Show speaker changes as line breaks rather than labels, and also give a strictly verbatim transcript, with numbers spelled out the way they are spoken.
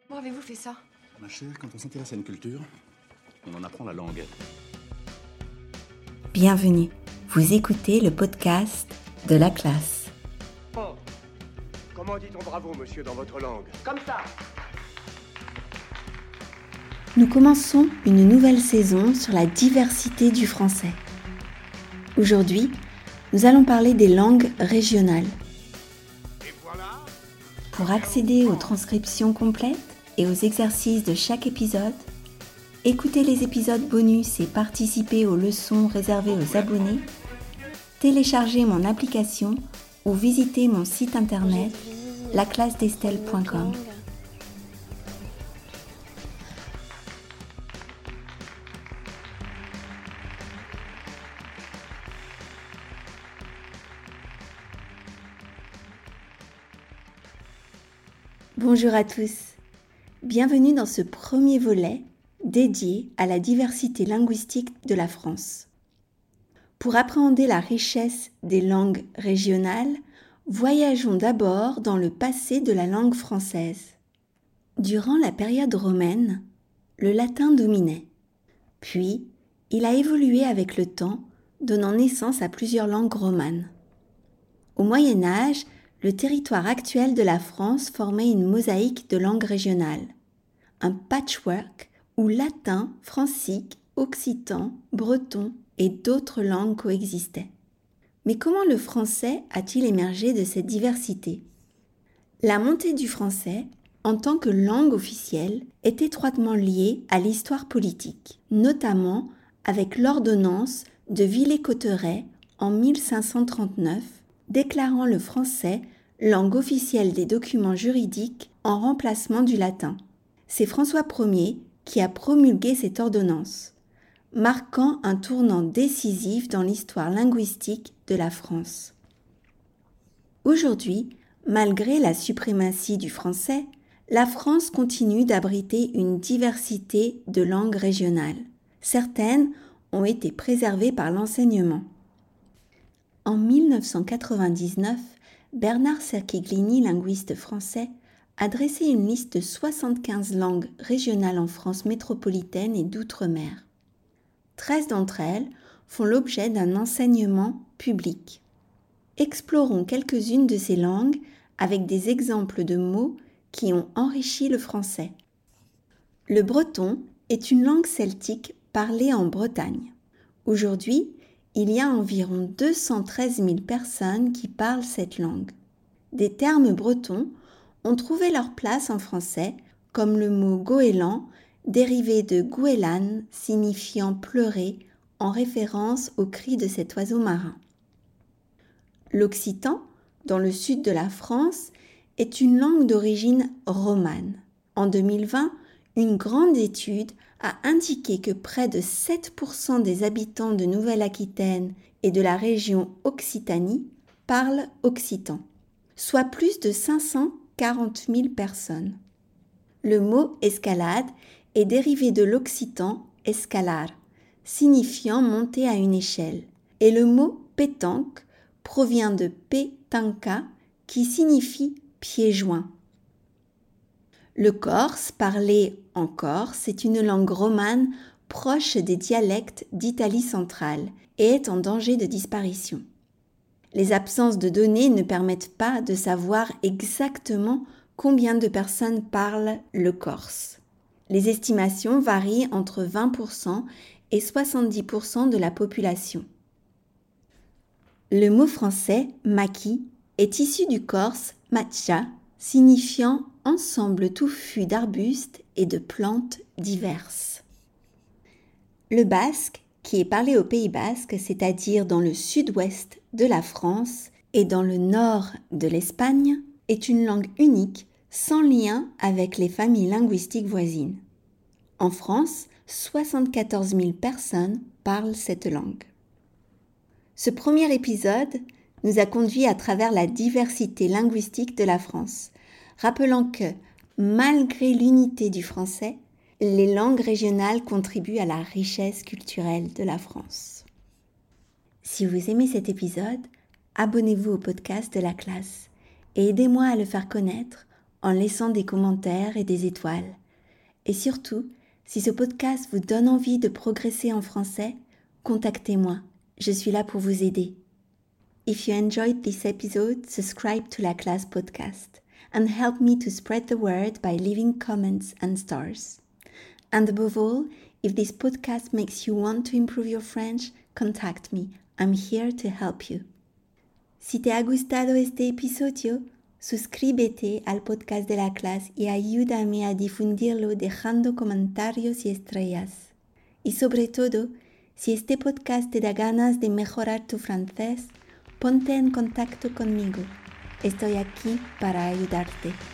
Comment avez-vous fait ça?
Ma chère, quand on s'intéresse à une culture, on en apprend la langue.
Bienvenue, vous écoutez le podcast de la classe.
Oh. Comment dit-on bravo, monsieur, dans votre langue?
Comme ça.
Nous commençons une nouvelle saison sur la diversité du français. Aujourd'hui, nous allons parler des langues régionales.
Et voilà.
Pour accéder aux transcriptions complètes et aux exercices de chaque épisode, écoutez les épisodes bonus et participez aux leçons réservées aux abonnés, téléchargez mon application ou visitez mon site internet la classe d'estelle point com. Bonjour à tous, bienvenue dans ce premier volet dédié à la diversité linguistique de la France. Pour appréhender la richesse des langues régionales, voyageons d'abord dans le passé de la langue française. Durant la période romaine, le latin dominait. Puis, il a évolué avec le temps, donnant naissance à plusieurs langues romanes. Au Moyen Âge, le territoire actuel de la France formait une mosaïque de langues régionales, un patchwork où latin, francique, occitan, breton et d'autres langues coexistaient. Mais comment le français a-t-il émergé de cette diversité? La montée du français, en tant que langue officielle, est étroitement liée à l'histoire politique, notamment avec l'ordonnance de Villers-Cotterêts en mille cinq cent trente-neuf, déclarant le français langue officielle des documents juridiques en remplacement du latin. C'est François Ier qui a promulgué cette ordonnance, marquant un tournant décisif dans l'histoire linguistique de la France. Aujourd'hui, malgré la suprématie du français, la France continue d'abriter une diversité de langues régionales. Certaines ont été préservées par l'enseignement. En mille neuf cent quatre-vingt-dix-neuf, Bernard Cerquiglini, linguiste français, a dressé une liste de soixante-quinze langues régionales en France métropolitaine et d'outre-mer. treize d'entre elles font l'objet d'un enseignement public. Explorons quelques-unes de ces langues avec des exemples de mots qui ont enrichi le français. Le breton est une langue celtique parlée en Bretagne. Aujourd'hui, il y a environ deux cent treize mille personnes qui parlent cette langue. Des termes bretons ont trouvé leur place en français, comme le mot goéland, dérivé de goélan, signifiant pleurer, en référence au cri de cet oiseau marin. L'occitan, dans le sud de la France, est une langue d'origine romane. En deux mille vingt, une grande étude a indiqué que près de sept pour cent des habitants de Nouvelle-Aquitaine et de la région Occitanie parlent occitan, soit plus de cinq cent quarante mille personnes. Le mot escalade est dérivé de l'occitan escalar, signifiant monter à une échelle, et le mot pétanque provient de petanca, qui signifie pieds joints. Le corse, parlé en Corse, est une langue romane proche des dialectes d'Italie centrale et est en danger de disparition. Les absences de données ne permettent pas de savoir exactement combien de personnes parlent le corse. Les estimations varient entre vingt pour cent et soixante-dix pour cent de la population. Le mot français « maquis » est issu du corse « matcha », signifiant ensemble touffu d'arbustes et de plantes diverses. Le basque, qui est parlé au Pays basque, c'est-à-dire dans le sud-ouest de la France et dans le nord de l'Espagne, est une langue unique, sans lien avec les familles linguistiques voisines. En France, soixante-quatorze mille personnes parlent cette langue. Ce premier épisode nous a conduit à travers la diversité linguistique de la France, rappelant que, malgré l'unité du français, les langues régionales contribuent à la richesse culturelle de la France. Si vous aimez cet épisode, abonnez-vous au podcast de la classe et aidez-moi à le faire connaître en laissant des commentaires et des étoiles. Et surtout, si ce podcast vous donne envie de progresser en français, contactez-moi. Je suis là pour vous aider. If you enjoyed this episode, subscribe to La Classe Podcast and help me to spread the word by leaving comments and stars. And above all, if this podcast makes you want to improve your French, contact me. I'm here to help you. Si te ha gustado este episodio, suscríbete al podcast de la clase y ayúdame a difundirlo dejando comentarios y estrellas. Y sobre todo, si este podcast te da ganas de mejorar tu francés, ponte en contacto conmigo. Estoy aquí para ayudarte.